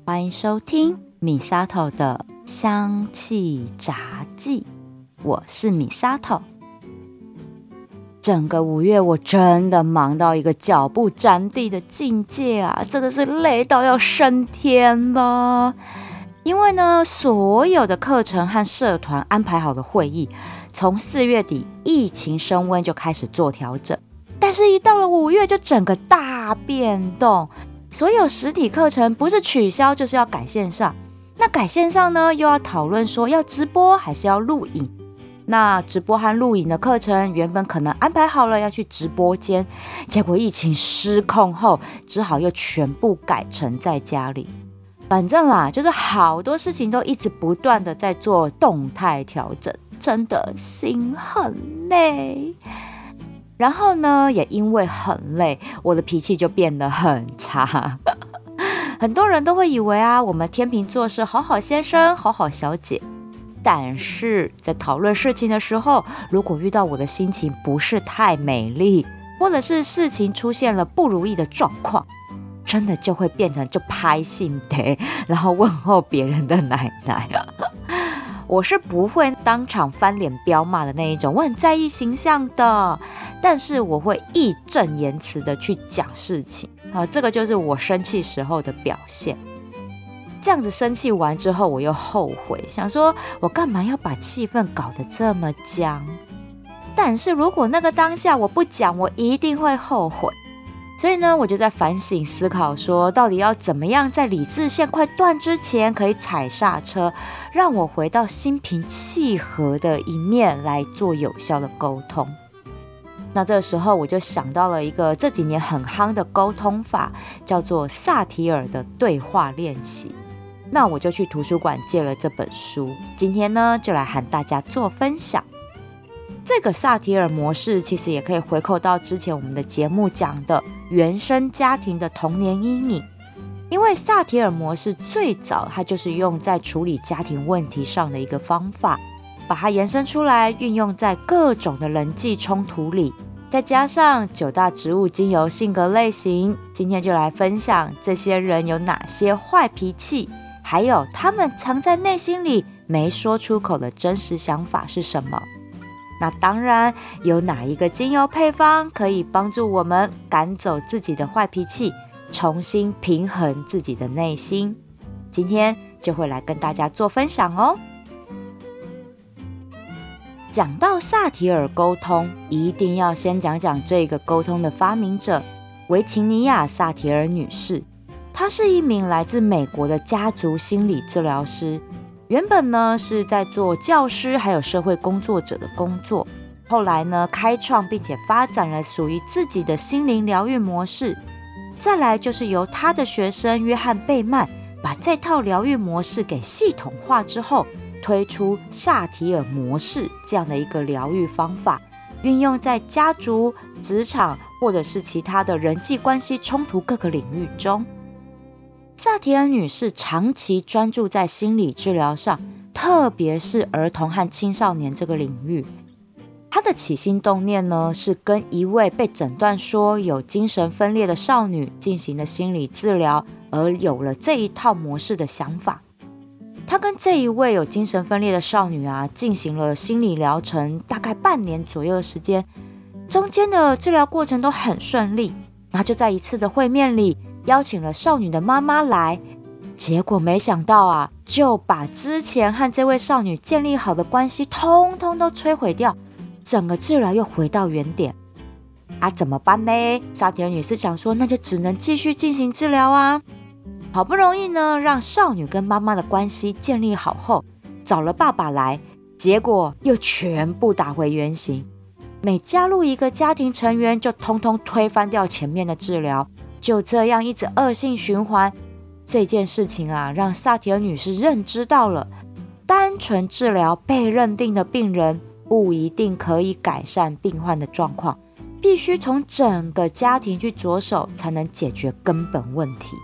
欢迎收听米沙头的香气杂记，我是米沙头。整个5月我真的忙到一个脚不沾地的境界啊，真的是累到要升天了。因为呢，所有的课程和社团安排好的会议，从4月底疫情升温就开始做调整，但是一到了5月就整个大变动。所有实体课程不是取消就是要改线上，那改线上呢又要讨论说要直播还是要录影。那直播和录影的课程原本可能安排好了要去直播间，结果疫情失控后只好又全部改成在家里。反正啦，就是好多事情都一直不断的在做动态调整，真的心很累。然后呢，也因为很累，我的脾气就变得很差。很多人都会以为啊，我们天秤座是好好先生、好好小姐。但是在讨论事情的时候，如果遇到我的心情不是太美丽，或者是事情出现了不如意的状况，真的就会变成就拍性的，然后问候别人的奶奶。我是不会当场翻脸飙骂的那一种，我很在意形象的，但是我会义正言辞的去讲事情，这个就是我生气时候的表现。这样子生气完之后，我又后悔，想说我干嘛要把气氛搞得这么僵？但是如果那个当下我不讲，我一定会后悔。所以呢，我就在反省思考说，到底要怎么样在理智线快断之前可以踩刹车，让我回到心平气和的一面来做有效的沟通。那这个时候我就想到了一个这几年很夯的沟通法，叫做萨提尔的对话练习。那我就去图书馆借了这本书，今天呢就来和大家做分享。这个萨提尔模式其实也可以回扣到之前我们的节目讲的原生家庭的童年阴影，因为萨提尔模式最早它就是用在处理家庭问题上的一个方法，把它延伸出来运用在各种的人际冲突里，再加上9大植物精油性格类型，今天就来分享这些人有哪些坏脾气，还有他们藏在内心里没说出口的真实想法是什么。那当然有哪一个精油配方可以帮助我们赶走自己的坏脾气，重新平衡自己的内心，今天就会来跟大家做分享哦。讲到萨提尔沟通，一定要先讲讲这个沟通的发明者维琴尼亚·萨提尔女士。她是一名来自美国的家族心理治疗师，原本呢是在做教师还有社会工作者的工作，后来呢开创并且发展了属于自己的心灵疗愈模式。再来就是由他的学生约翰贝曼把这套疗愈模式给系统化之后，推出萨提尔模式这样的一个疗愈方法，运用在家族、职场或者是其他的人际关系冲突各个领域中。萨提尔女士长期专注在心理治疗上，特别是儿童和青少年这个领域。她的起心动念呢，是跟一位被诊断说有精神分裂的少女进行了心理治疗，而有了这一套模式的想法。她跟这一位有精神分裂的少女啊，进行了心理疗程，大概半年左右的时间，中间的治疗过程都很顺利。然后就在一次的会面里，邀请了少女的妈妈来，结果没想到啊，就把之前和这位少女建立好的关系通通都摧毁掉，整个治疗又回到原点。怎么办呢？萨提尔女士想说，那就只能继续进行治疗啊。好不容易呢，让少女跟妈妈的关系建立好后，找了爸爸来，结果又全部打回原形。每加入一个家庭成员，就通通推翻掉前面的治疗，就这样一直恶性循环。这件事情啊，让萨提尔女士认知到了，单纯治疗被认定的病人不一定可以改善病患的状况，必须从整个家庭去着手，才能解决根本问题。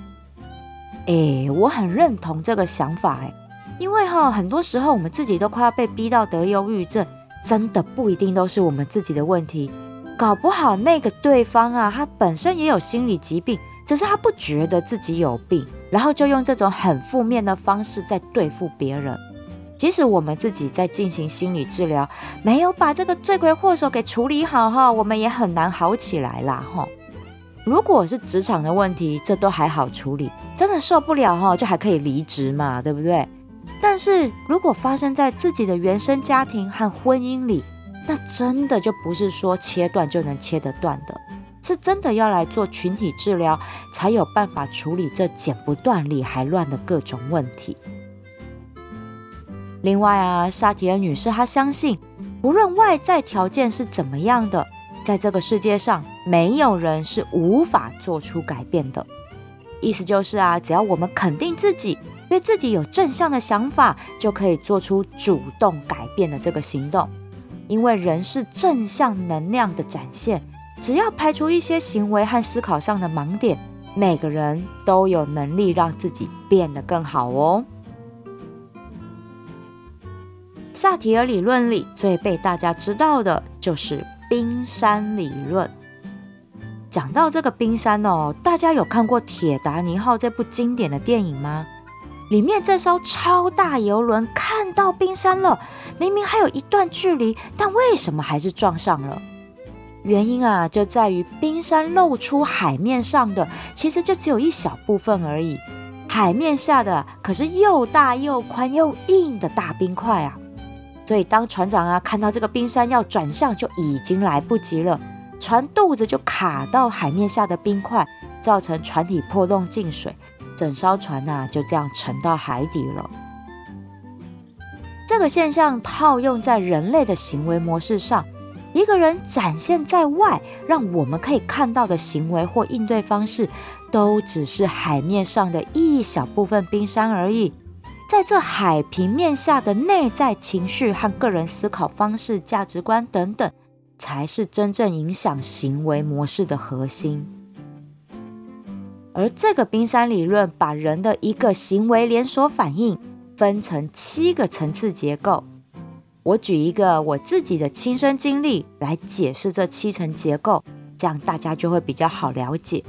我很认同这个想法因为很多时候我们自己都快要被逼到得忧郁症，真的不一定都是我们自己的问题，搞不好那个对方啊，他本身也有心理疾病，只是他不觉得自己有病， 然后就用这种很负面的方式在对付别人。即使我们自己在进行心理治疗，没有把这个罪魁祸首给处理好，我们也很难好起来啦。如果是职场的问题，这都还好处理，真的受不了就还可以离职嘛，对不对？但是如果发生在自己的原生家庭和婚姻里，那真的就不是说切断就能切得断的，是真的要来做群体治疗，才有办法处理这剪不断理还乱的各种问题。另外沙提尔女士她相信，不论外在条件是怎么样的，在这个世界上没有人是无法做出改变的。意思就是只要我们肯定自己，对自己有正向的想法，就可以做出主动改变的这个行动。因为人是正向能量的展现，只要排除一些行为和思考上的盲点，每个人都有能力让自己变得更好哦。萨提尔理论里最被大家知道的就是冰山理论。讲到这个冰山大家有看过《铁达尼号》这部经典的电影吗？里面这艘超大游轮看到冰山了，明明还有一段距离，但为什么还是撞上了？原因就在于冰山露出海面上的其实就只有一小部分而已，海面下的可是又大又宽又硬的大冰块所以当船长看到这个冰山要转向，就已经来不及了，船肚子就卡到海面下的冰块，造成船体破洞进水，整艘船就这样沉到海底了。这个现象套用在人类的行为模式上，一个人展现在外让我们可以看到的行为或应对方式，都只是海面上的一小部分冰山而已。在这海平面下的内在情绪和个人思考方式、价值观等等，才是真正影响行为模式的核心。而这个冰山理论把人的一个行为连锁反应分成7个层次结构。我举一个我自己的亲身经历来解释这7层结构，这样大家就会比较好了解。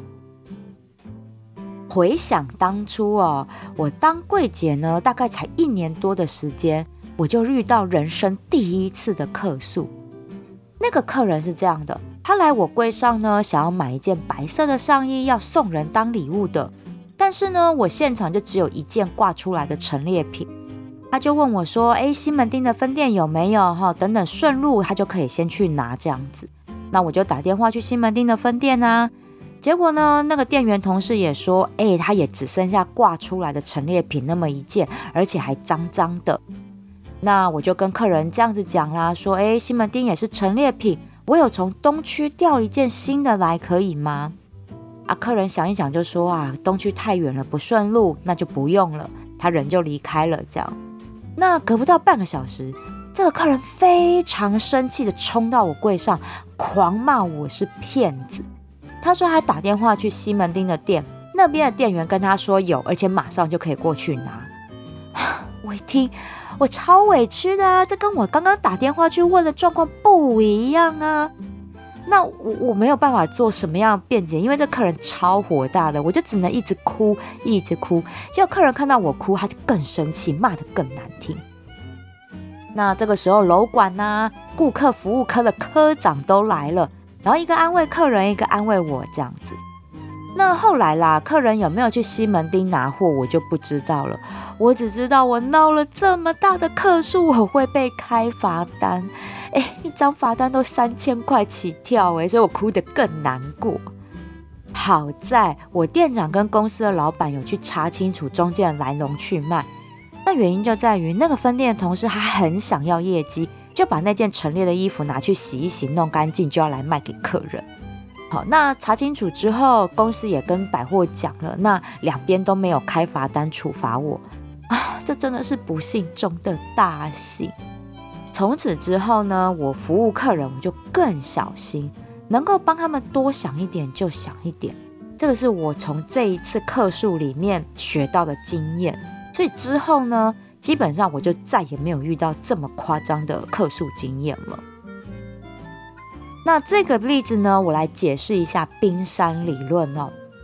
回想当初我当柜姐呢，大概才1年多的时间，我就遇到人生第一次的客诉。那个客人是这样的，他来我柜上呢，想要买一件白色的上衣，要送人当礼物的。但是呢，我现场就只有一件挂出来的陈列品。他就问我说，西门町的分店有没有等等，顺路他就可以先去拿这样子。那我就打电话去西门町的分店结果呢，那个店员同事也说，他也只剩下挂出来的陈列品那么一件，而且还脏脏的。那我就跟客人这样子讲啦，说西门町也是陈列品，我有从东区调一件新的来，可以吗？客人想一想就说东区太远了，不顺路，那就不用了。他人就离开了这样。那隔不到半个小时，这个客人非常生气的冲到我柜上，狂骂我是骗子。他说他打电话去西门町的店，那边的店员跟他说有，而且马上就可以过去拿。我一听，我超委屈的这跟我刚刚打电话去问的状况不一样那我没有办法做什么样的辩解，因为这客人超火大的，我就只能一直哭一直哭。结果客人看到我哭，他就更生气，骂得更难听。那这个时候楼管顾客服务科的科长都来了，然后一个安慰客人，一个安慰我这样子。那后来啦，客人有没有去西门町拿货我就不知道了，我只知道我闹了这么大的客诉，我会被开罚单，一张罚单都3000块起跳所以我哭得更难过。好在我店长跟公司的老板有去查清楚中间的来龙去脉，那原因就在于那个分店的同事他很想要业绩，就把那件陈列的衣服拿去洗一洗弄干净，就要来卖给客人。好，那查清楚之后，公司也跟百货讲了，那两边都没有开罚单处罚我这真的是不幸中的大幸。从此之后呢，我服务客人我就更小心，能够帮他们多想一点就想一点，这个是我从这一次客诉里面学到的经验。所以之后呢，基本上我就再也没有遇到这么夸张的客诉经验了。那这个例子呢，我来解释一下冰山理论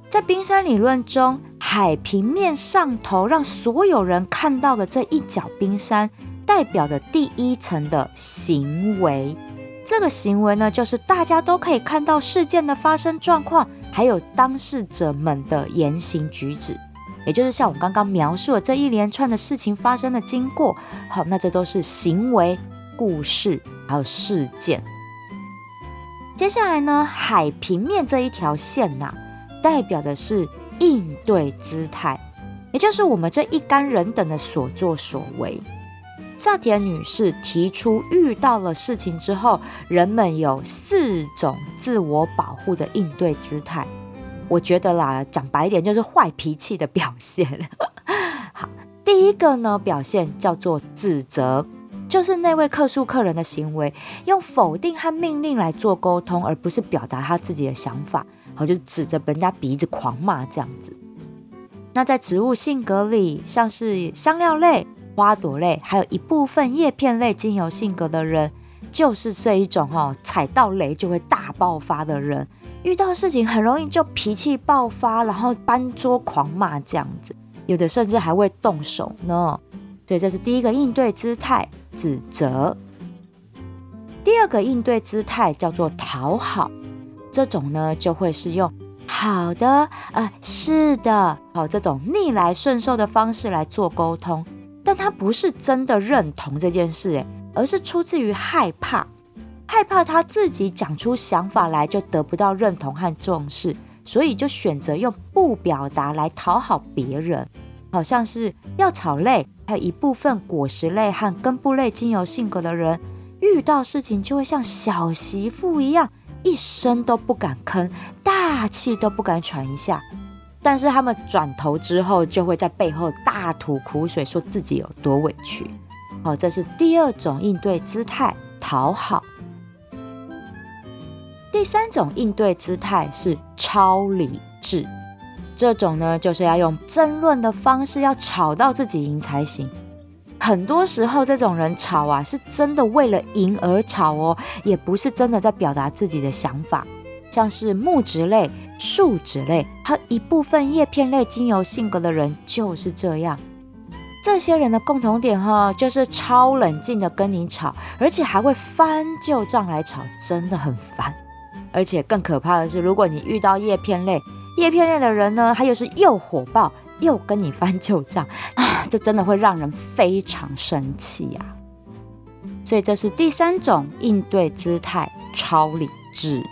在冰山理论中，海平面上头让所有人看到的这一角冰山，代表的第一层的行为。这个行为呢，就是大家都可以看到事件的发生状况，还有当事者们的言行举止，也就是像我刚刚描述的这一连串的事情发生的经过。好，那这都是行为、故事还有事件。接下来呢，海平面这一条线代表的是应对姿态，也就是我们这一干人等的所作所为。萨田女士提出，遇到了事情之后，人们有4种自我保护的应对姿态。我觉得啦，讲白一点就是坏脾气的表现。好，第一个呢，表现叫做指责，就是那位客诉客人的行为，用否定和命令来做沟通，而不是表达他自己的想法。好，就是指着人家鼻子狂骂这样子。那在植物性格里，像是香料类、花朵类，还有一部分叶片类精油性格的人，就是这一种踩到雷就会大爆发的人，遇到事情很容易就脾气爆发，然后搬桌狂骂这样子，有的甚至还会动手呢。所以这是第一个应对姿态，指责。第二个应对姿态叫做讨好，这种呢就会是用好的、是的，这种逆来顺受的方式来做沟通，但他不是真的认同这件事，而是出自于害怕他自己讲出想法来就得不到认同和重视，所以就选择用不表达来讨好别人。好像是药草类，还有一部分果实类和根部类精油性格的人，遇到事情就会像小媳妇一样，一声都不敢吭，大气都不敢喘一下。但是他们转头之后，就会在背后大吐苦水，说自己有多委屈。好，这是第二种应对姿态，讨好。第三种应对姿态是超理智，这种呢，就是要用争论的方式，要吵到自己赢才行。很多时候这种人吵是真的为了赢而吵也不是真的在表达自己的想法。像是木质类、树脂类，还有一部分叶片类精油性格的人就是这样。这些人的共同点就是超冷静的跟你吵，而且还会翻旧账来吵，真的很烦。而且更可怕的是，如果你遇到叶片类的人呢，他又是又火爆又跟你翻旧账这真的会让人非常生气所以这是第三种应对姿态，超理智。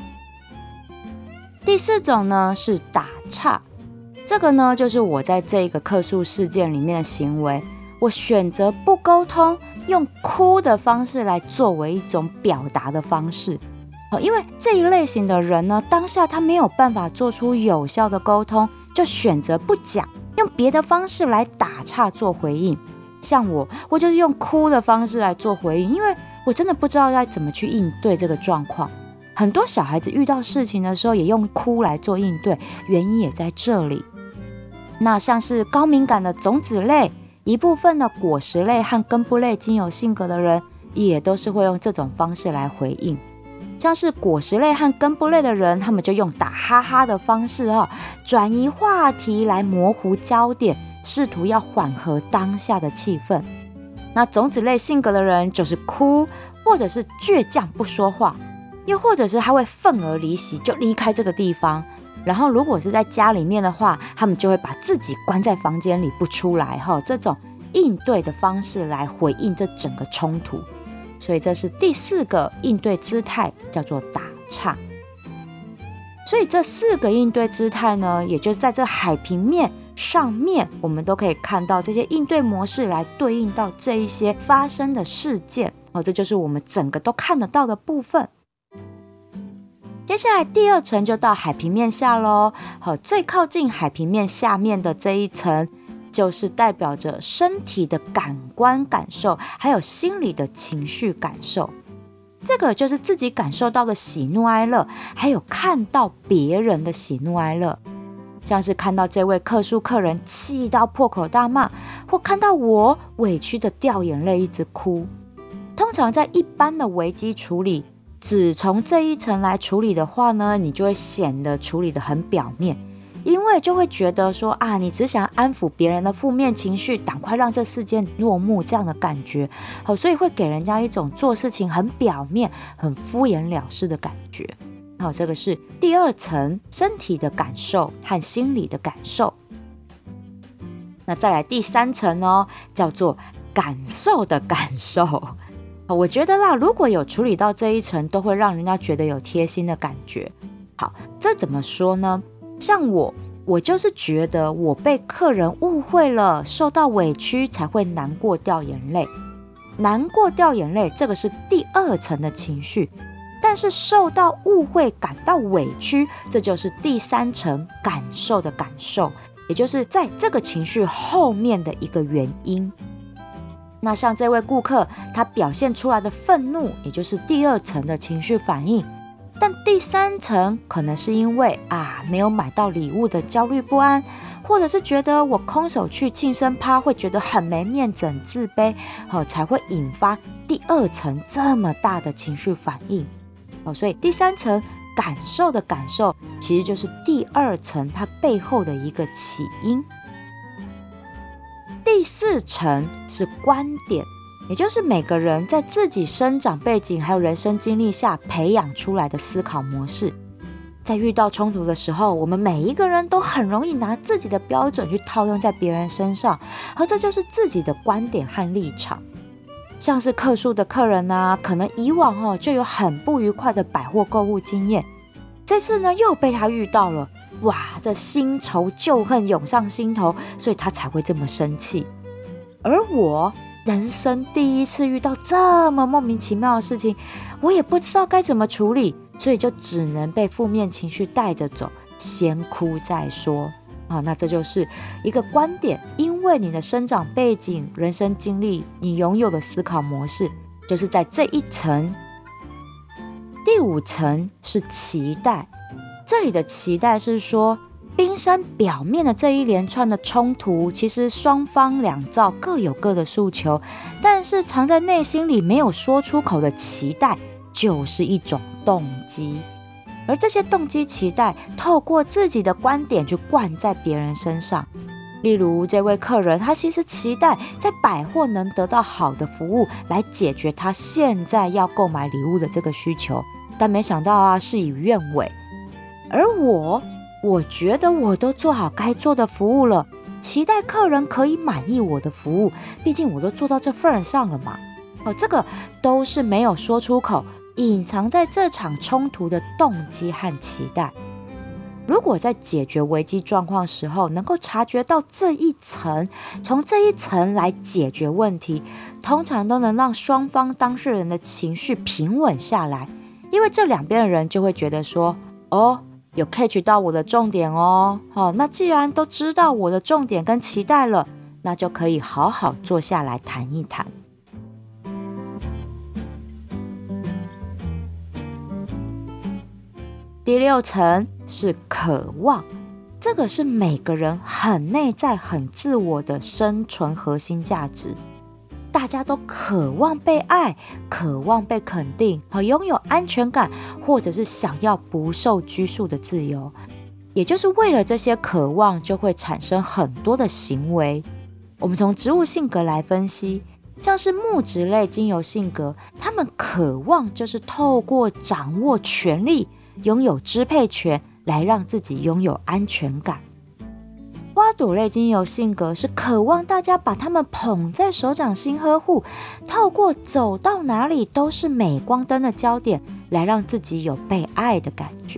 第四种呢是打岔，这个呢就是我在这个客诉事件里面的行为，我选择不沟通，用哭的方式来作为一种表达的方式。因为这一类型的人呢，当下他没有办法做出有效的沟通，就选择不讲，用别的方式来打岔做回应。像我就是用哭的方式来做回应，因为我真的不知道该怎么去应对这个状况。很多小孩子遇到事情的时候也用哭来做应对，原因也在这里。那像是高敏感的种子类，一部分的果实类和根部类精油性格的人，也都是会用这种方式来回应。像是果实类和根部类的人，他们就用打哈哈的方式转移话题来模糊焦点，试图要缓和当下的气氛。那种子类性格的人就是哭，或者是倔强不说话，又或者是他会愤而离席，就离开这个地方。然后如果是在家里面的话，他们就会把自己关在房间里不出来，这种应对的方式来回应这整个冲突。所以这是第四个应对姿态，叫做打岔。所以这4个应对姿态呢，也就是在这海平面上面，我们都可以看到这些应对模式来对应到这一些发生的事件。这就是我们整个都看得到的部分。接下来第2层就到海平面下咯。最靠近海平面下面的这一层，就是代表着身体的感官感受，还有心理的情绪感受。这个就是自己感受到的喜怒哀乐，还有看到别人的喜怒哀乐。像是看到这位客诉客人气到破口大骂，或看到我委屈的掉眼泪一直哭。通常在一般的危机处理，只从这一层来处理的话呢，你就会显得处理得很表面， 为就会觉得说你只想安抚别人的负面情绪，赶快让这事件落幕这样的感觉，所以会给人家一种做事情很表面、很敷衍了事的感觉。这个是第二层身体的感受和心理的感受。那再来第三层叫做感受的感受。我觉得啦，如果有处理到这一层，都会让人家觉得有贴心的感觉。好，这怎么说呢？像我就是觉得我被客人误会了，受到委屈才会难过掉眼泪。难过掉眼泪，这个是第二层的情绪，但是受到误会感到委屈，这就是第三层感受的感受，也就是在这个情绪后面的一个原因。那像这位顾客，他表现出来的愤怒，也就是第二层的情绪反应，但第三层可能是因为没有买到礼物的焦虑不安，或者是觉得我空手去庆生趴会觉得很没面子、很自卑，才会引发第二层这么大的情绪反应。所以第三层感受的感受，其实就是第二层它背后的一个起因。第四层是观点，也就是每个人在自己生长背景还有人生经历下培养出来的思考模式。在遇到冲突的时候，我们每一个人都很容易拿自己的标准去套用在别人身上，而这就是自己的观点和立场。像是客诉的客人可能以往就有很不愉快的百货购物经验，这次呢又被他遇到了，这新仇旧恨涌上心头，所以他才会这么生气。而我人生第一次遇到这么莫名其妙的事情，我也不知道该怎么处理，所以就只能被负面情绪带着走，先哭再说。那这就是一个观点，因为你的生长背景、人生经历，你拥有的思考模式，就是在这一层。第五层是期待，这里的期待是说，冰山表面的这一连串的冲突，其实双方两造各有各的诉求，但是藏在内心里没有说出口的期待，就是一种动机。而这些动机期待，透过自己的观点去灌在别人身上。例如这位客人，他其实期待在百货能得到好的服务，来解决他现在要购买礼物的这个需求，但没想到事与愿违。而我觉得我都做好该做的服务了，期待客人可以满意我的服务，毕竟我都做到这份上了嘛。这个都是没有说出口，隐藏在这场冲突的动机和期待。如果在解决危机状况时候能够察觉到这一层，从这一层来解决问题，通常都能让双方当事人的情绪平稳下来，因为这两边的人就会觉得说，有 catch 到我的重点那既然都知道我的重点跟期待了，那就可以好好坐下来谈一谈。第六层是渴望，这个是每个人很内在、很自我的生存核心价值。大家都渴望被爱，渴望被肯定，拥有安全感，或者是想要不受拘束的自由。也就是为了这些渴望，就会产生很多的行为。我们从植物性格来分析，像是木质类精油性格，他们渴望就是透过掌握权力，拥有支配权，来让自己拥有安全感。花朵类精油性格是渴望大家把他们捧在手掌心呵护，透过走到哪里都是镁光灯的焦点，来让自己有被爱的感觉。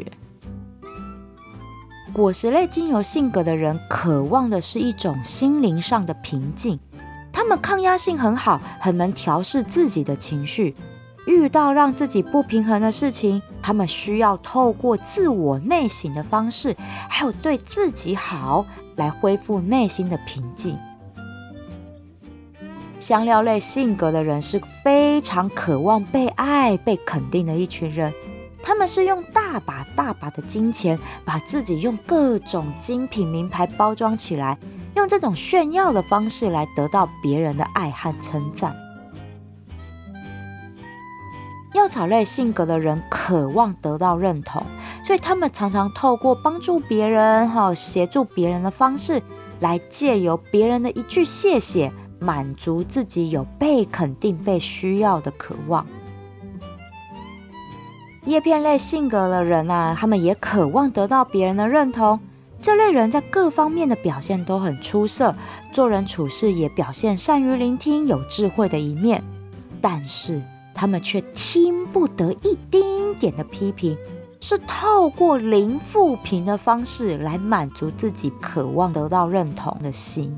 果实类精油性格的人渴望的是一种心灵上的平静，他们抗压性很好，很能调适自己的情绪。遇到让自己不平衡的事情，他们需要透过自我内省的方式，还有对自己好，来恢复内心的平静。香料类性格的人是非常渴望被爱、被肯定的一群人，他们是用大把大把的金钱，把自己用各种精品名牌包装起来，用这种炫耀的方式来得到别人的爱和称赞。 药草类性格的人渴望得到认同，所以他们常常透过帮助别人、协助别人的方式，来借由别人的一句谢谢，满足自己有被肯定、被需要的渴望。叶片类性格的人啊，他们也渴望得到别人的认同。这类人在各方面的表现都很出色，做人处事也表现善于聆听、有智慧的一面，但是他们却听不得一丁点的批评，是透过零负评的方式来满足自己渴望得到认同的心。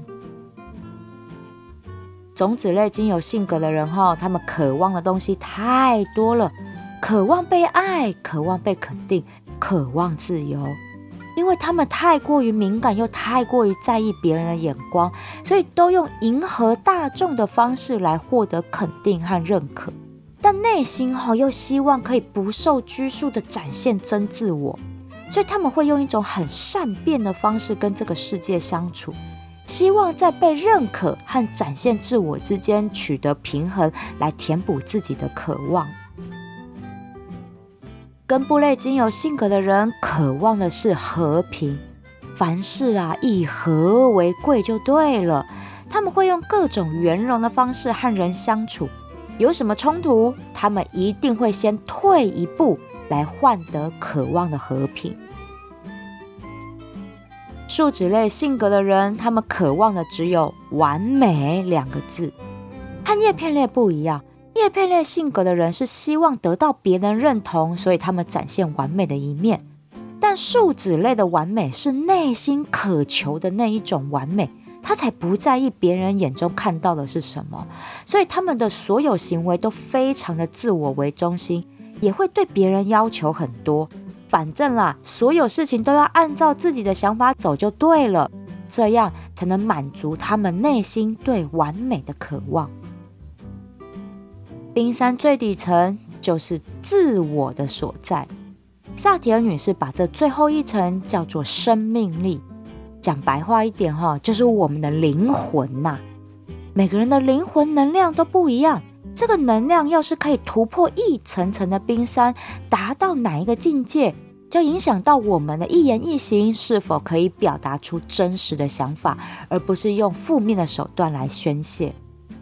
种子类金牛性格的人他们渴望的东西太多了，渴望被爱，渴望被肯定，渴望自由。因为他们太过于敏感，又太过于在意别人的眼光，所以都用迎合大众的方式来获得肯定和认可。但内心又希望可以不受拘束的展现真自我，所以他们会用一种很善变的方式跟这个世界相处，希望在被认可和展现自我之间取得平衡，来填补自己的渴望。根部类金牛性格的人渴望的是和平，凡事以和为贵就对了。他们会用各种圆融的方式和人相处，有什么冲突，他们一定会先退一步来换得渴望的和平。树脂类性格的人，他们渴望的只有完美2个字。和叶片类不一样，叶片类性格的人是希望得到别人认同，所以他们展现完美的一面。但树脂类的完美是内心渴求的那一种完美，他才不在意别人眼中看到的是什么，所以他们的所有行为都非常的自我为中心，也会对别人要求很多。反正所有事情都要按照自己的想法走就对了，这样才能满足他们内心对完美的渴望。冰山最底层就是自我的所在。萨提尔女士把这最后一层叫做生命力，讲白话一点就是我们的灵魂呐。每个人的灵魂能量都不一样，这个能量要是可以突破一层层的冰山，达到哪一个境界，就影响到我们的一言一行是否可以表达出真实的想法，而不是用负面的手段来宣泄。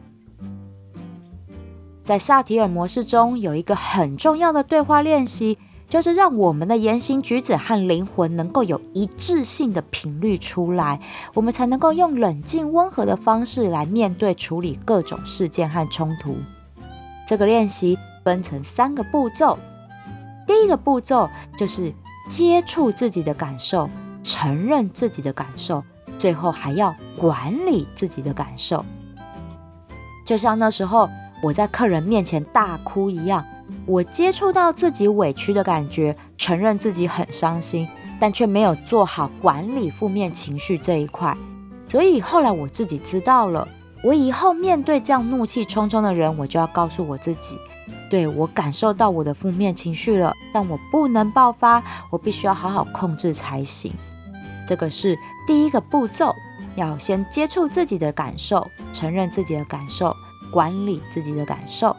在萨提尔模式中，有一个很重要的对话练习，就是让我们的言行举止和灵魂能够有一致性的频率出来，我们才能够用冷静温和的方式来面对处理各种事件和冲突。这个练习分成3个步骤。第一个步骤就是接触自己的感受，承认自己的感受，最后还要管理自己的感受。就像那时候我在客人面前大哭一样，我接触到自己委屈的感觉，承认自己很伤心，但却没有做好管理负面情绪这一块。所以后来我自己知道了，我以后面对这样怒气冲冲的人，我就要告诉我自己，对，我感受到我的负面情绪了，但我不能爆发，我必须要好好控制才行。这个是第一个步骤，要先接触自己的感受，承认自己的感受，管理自己的感受。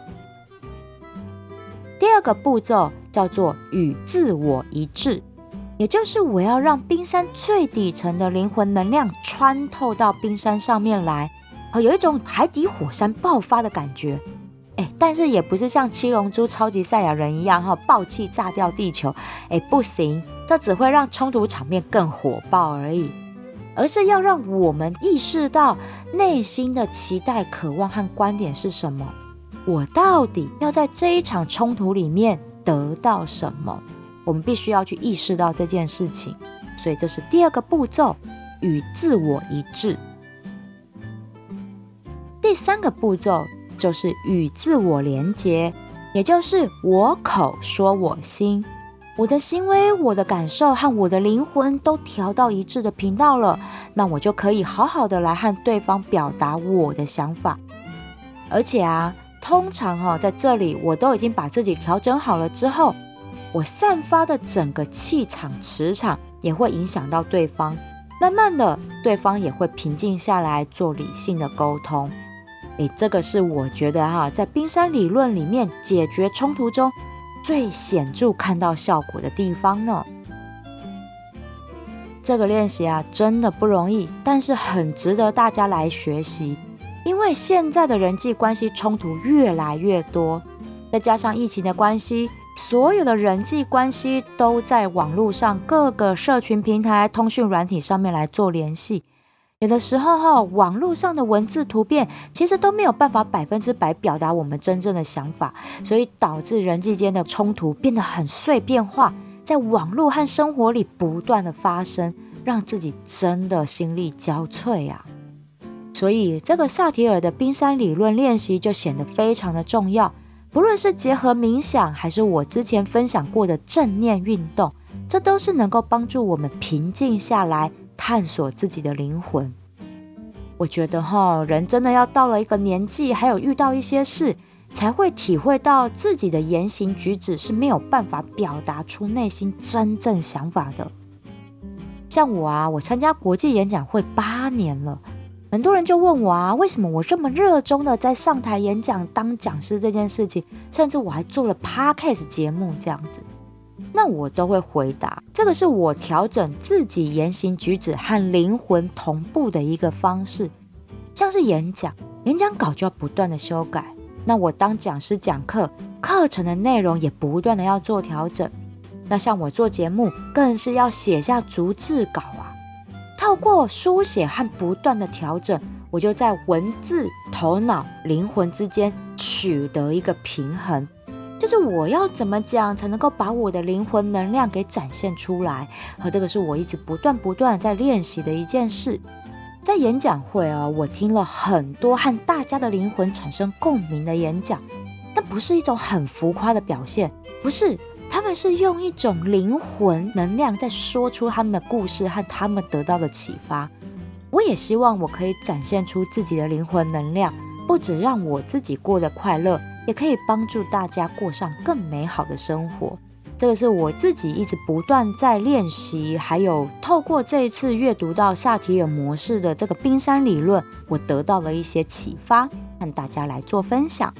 第二个步骤叫做与自我一致，也就是我要让冰山最底层的灵魂能量穿透到冰山上面来，有一种海底火山爆发的感觉。但是也不是像七龙珠超级赛亚人一样爆气炸掉地球，不行，这只会让冲突场面更火爆而已。而是要让我们意识到内心的期待、渴望和观点是什么，我到底要在这一场冲突里面得到什么，我们必须要去意识到这件事情。所以这是第二个步骤，与自我一致。第3个步骤就是与自我连结，也就是我口说我心，我的行为、我的感受和我的灵魂都调到一致的频道了，那我就可以好好的来和对方表达我的想法。而且通常在这里我都已经把自己调整好了之后，我散发的整个气场、磁场也会影响到对方，慢慢的对方也会平静下来，做理性的沟通。 这个是我觉得在冰山理论里面解决冲突中最显著看到效果的地方呢。这个练习真的不容易，但是很值得大家来学习。因为现在的人际关系冲突越来越多，再加上疫情的关系，所有的人际关系都在网络上各个社群平台、通讯软体上面来做联系。有的时候网络上的文字图片其实都没有办法100%表达我们真正的想法，所以导致人际间的冲突变得很碎片化，在网络和生活里不断的发生，让自己真的心力交瘁啊。所以这个萨提尔的冰山理论练习就显得非常的重要，不论是结合冥想，还是我之前分享过的正念运动，这都是能够帮助我们平静下来，探索自己的灵魂。我觉得人真的要到了一个年纪，还有遇到一些事，才会体会到自己的言行举止是没有办法表达出内心真正想法的。像我参加国际演讲会8年了，很多人就问我为什么我这么热衷的在上台演讲当讲师这件事情，甚至我还做了 podcast 节目这样子。那我都会回答，这个是我调整自己言行举止和灵魂同步的一个方式。像是演讲稿就要不断的修改，那我当讲师讲课程的内容也不断的要做调整。那像我做节目更是要写下逐字稿透过书写和不断的调整，我就在文字、头脑、灵魂之间取得一个平衡，就是我要怎么讲才能够把我的灵魂能量给展现出来。这个是我一直不断在练习的一件事。在演讲会我听了很多和大家的灵魂产生共鸣的演讲，但不是一种很浮夸的表现，不是，他们是用一种灵魂能量在说出他们的故事和他们得到的启发。我也希望我可以展现出自己的灵魂能量，不只让我自己过得快乐，也可以帮助大家过上更美好的生活。这个是我自己一直不断在练习，还有透过这一次阅读到萨提尔模式的这个冰山理论，我得到了一些启发，和大家来做分享。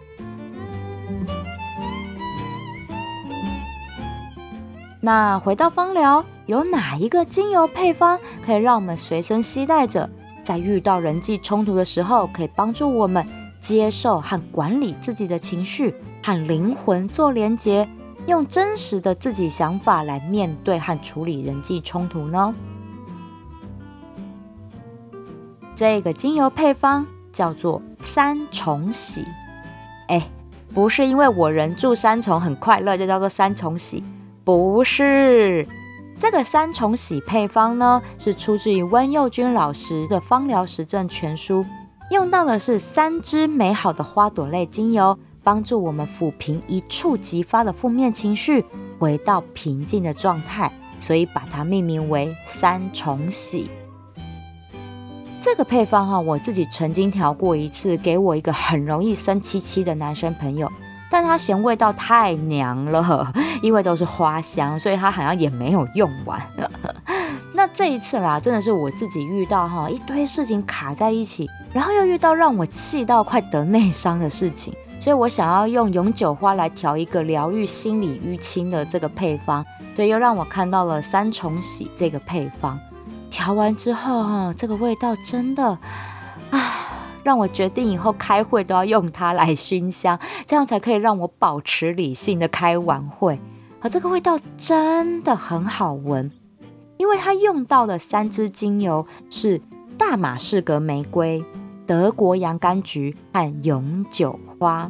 那回到芳疗，有哪一个精油配方可以让我们随身携带着，在遇到人际冲突的时候，可以帮助我们接受和管理自己的情绪，和灵魂做连结，用真实的自己想法来面对和处理人际冲突呢？这个精油配方叫做三重喜。不是因为我人住三重很快乐就叫做三重喜，不是。这个三重喜配方呢，是出自于温佑君老师的芳疗实证全书，用到的是3支美好的花朵类精油，帮助我们抚平一触即发的负面情绪，回到平静的状态，所以把它命名为三重喜。这个配方我自己曾经调过一次，给我一个很容易生气气的男生朋友，但他嫌味道太娘了，因为都是花香，所以他好像也没有用完。那这一次啦，真的是我自己遇到一堆事情卡在一起，然后又遇到让我气到快得内伤的事情，所以我想要用永久花来调一个疗愈心理淤青的这个配方，所以又让我看到了三重喜这个配方。调完之后这个味道真的让我决定以后开会都要用它来熏香，这样才可以让我保持理性的开完会。这个味道真的很好闻，因为它用到的3支精油是大马士革玫瑰、德国洋甘菊和永久花。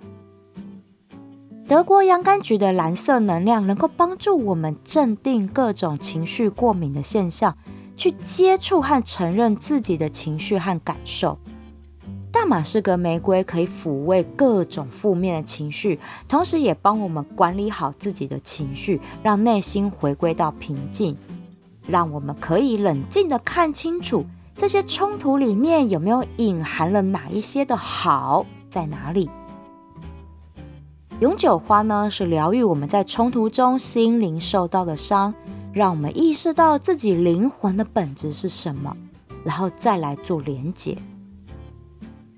德国洋甘菊的蓝色能量能够帮助我们镇定各种情绪过敏的现象，去接触和承认自己的情绪和感受。大马士革玫瑰可以抚慰各种负面的情绪，同时也帮我们管理好自己的情绪，让内心回归到平静，让我们可以冷静地看清楚这些冲突里面有没有隐含了哪一些的好在哪里。永久花呢，是疗愈我们在冲突中心灵受到的伤，让我们意识到自己灵魂的本质是什么，然后再来做连结。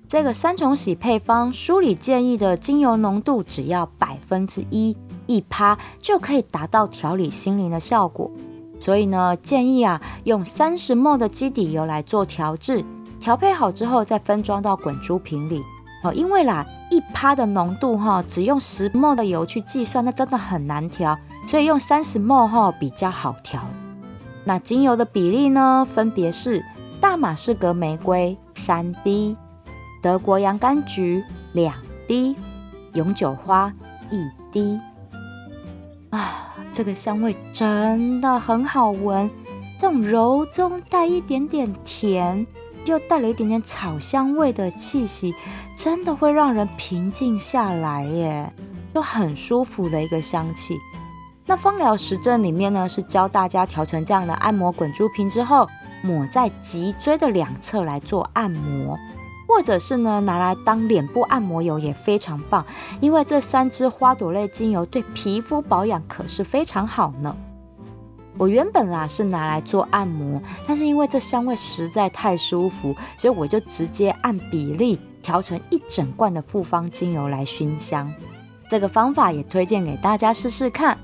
这个三重洗配方书里建议的精油浓度只要1%，1%就可以达到调理心灵的效果。所以呢，建议用30ml 的基底油来做调制，调配好之后再分装到滚珠瓶里。因为1%的浓度只用10ml 的油去计算，那真的很难调，所以用30ml 比较好调。那精油的比例呢，分别是大马士革玫瑰3滴，德国洋甘菊2滴，永久花1滴。这个香味真的很好闻，这种柔中带一点点甜，又带了一点点草香味的气息，真的会让人平静下来耶，就很舒服的一个香气。那芳疗实证里面呢，是教大家调成这样的按摩滚珠瓶之后，抹在脊椎的两侧来做按摩，或者是呢拿来当脸部按摩油也非常棒，因为这3支花朵类精油对皮肤保养可是非常好呢。我原本是拿来做按摩，但是因为这香味实在太舒服，所以我就直接按比例调成1整罐的复方精油来熏香。这个方法也推荐给大家试试看。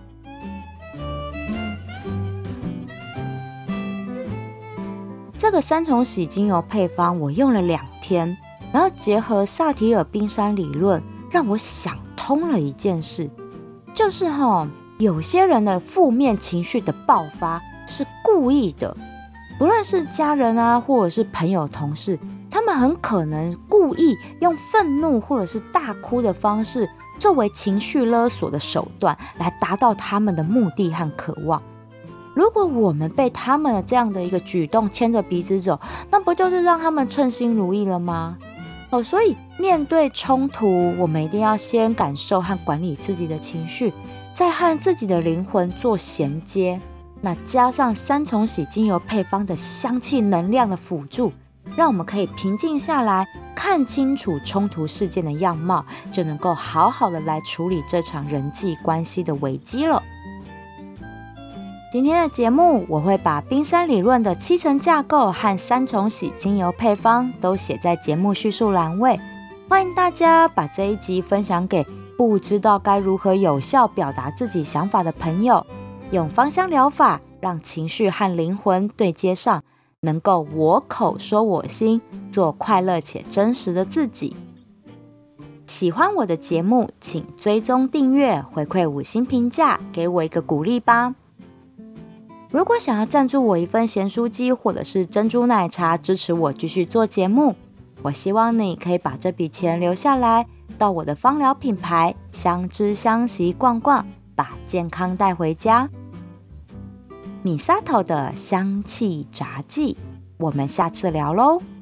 这个3重洗精油配方我用了2天，然后结合萨提尔冰山理论，让我想通了一件事，就是有些人的负面情绪的爆发是故意的，不论是家人或者是朋友同事，他们很可能故意用愤怒或者是大哭的方式作为情绪勒索的手段，来达到他们的目的和渴望。如果我们被他们的这样的一个举动牵着鼻子走，那不就是让他们称心如意了吗？所以面对冲突，我们一定要先感受和管理自己的情绪，再和自己的灵魂做衔接。那加上3重洗精油配方的香气能量的辅助，让我们可以平静下来，看清楚冲突事件的样貌，就能够好好的来处理这场人际关系的危机了。今天的节目，我会把冰山理论的7层架构和3重洗精油配方都写在节目叙述栏位，欢迎大家把这一集分享给不知道该如何有效表达自己想法的朋友，用芳香疗法让情绪和灵魂对接上，能够我口说我心，做快乐且真实的自己。喜欢我的节目，请追踪订阅，回馈5星评价，给我一个鼓励吧。如果想要赞助我一份咸酥鸡或者是珍珠奶茶，支持我继续做节目，我希望你可以把这笔钱留下来，到我的芳疗品牌香知香息逛逛，把健康带回家。Misato 的香气杂技，我们下次聊咯。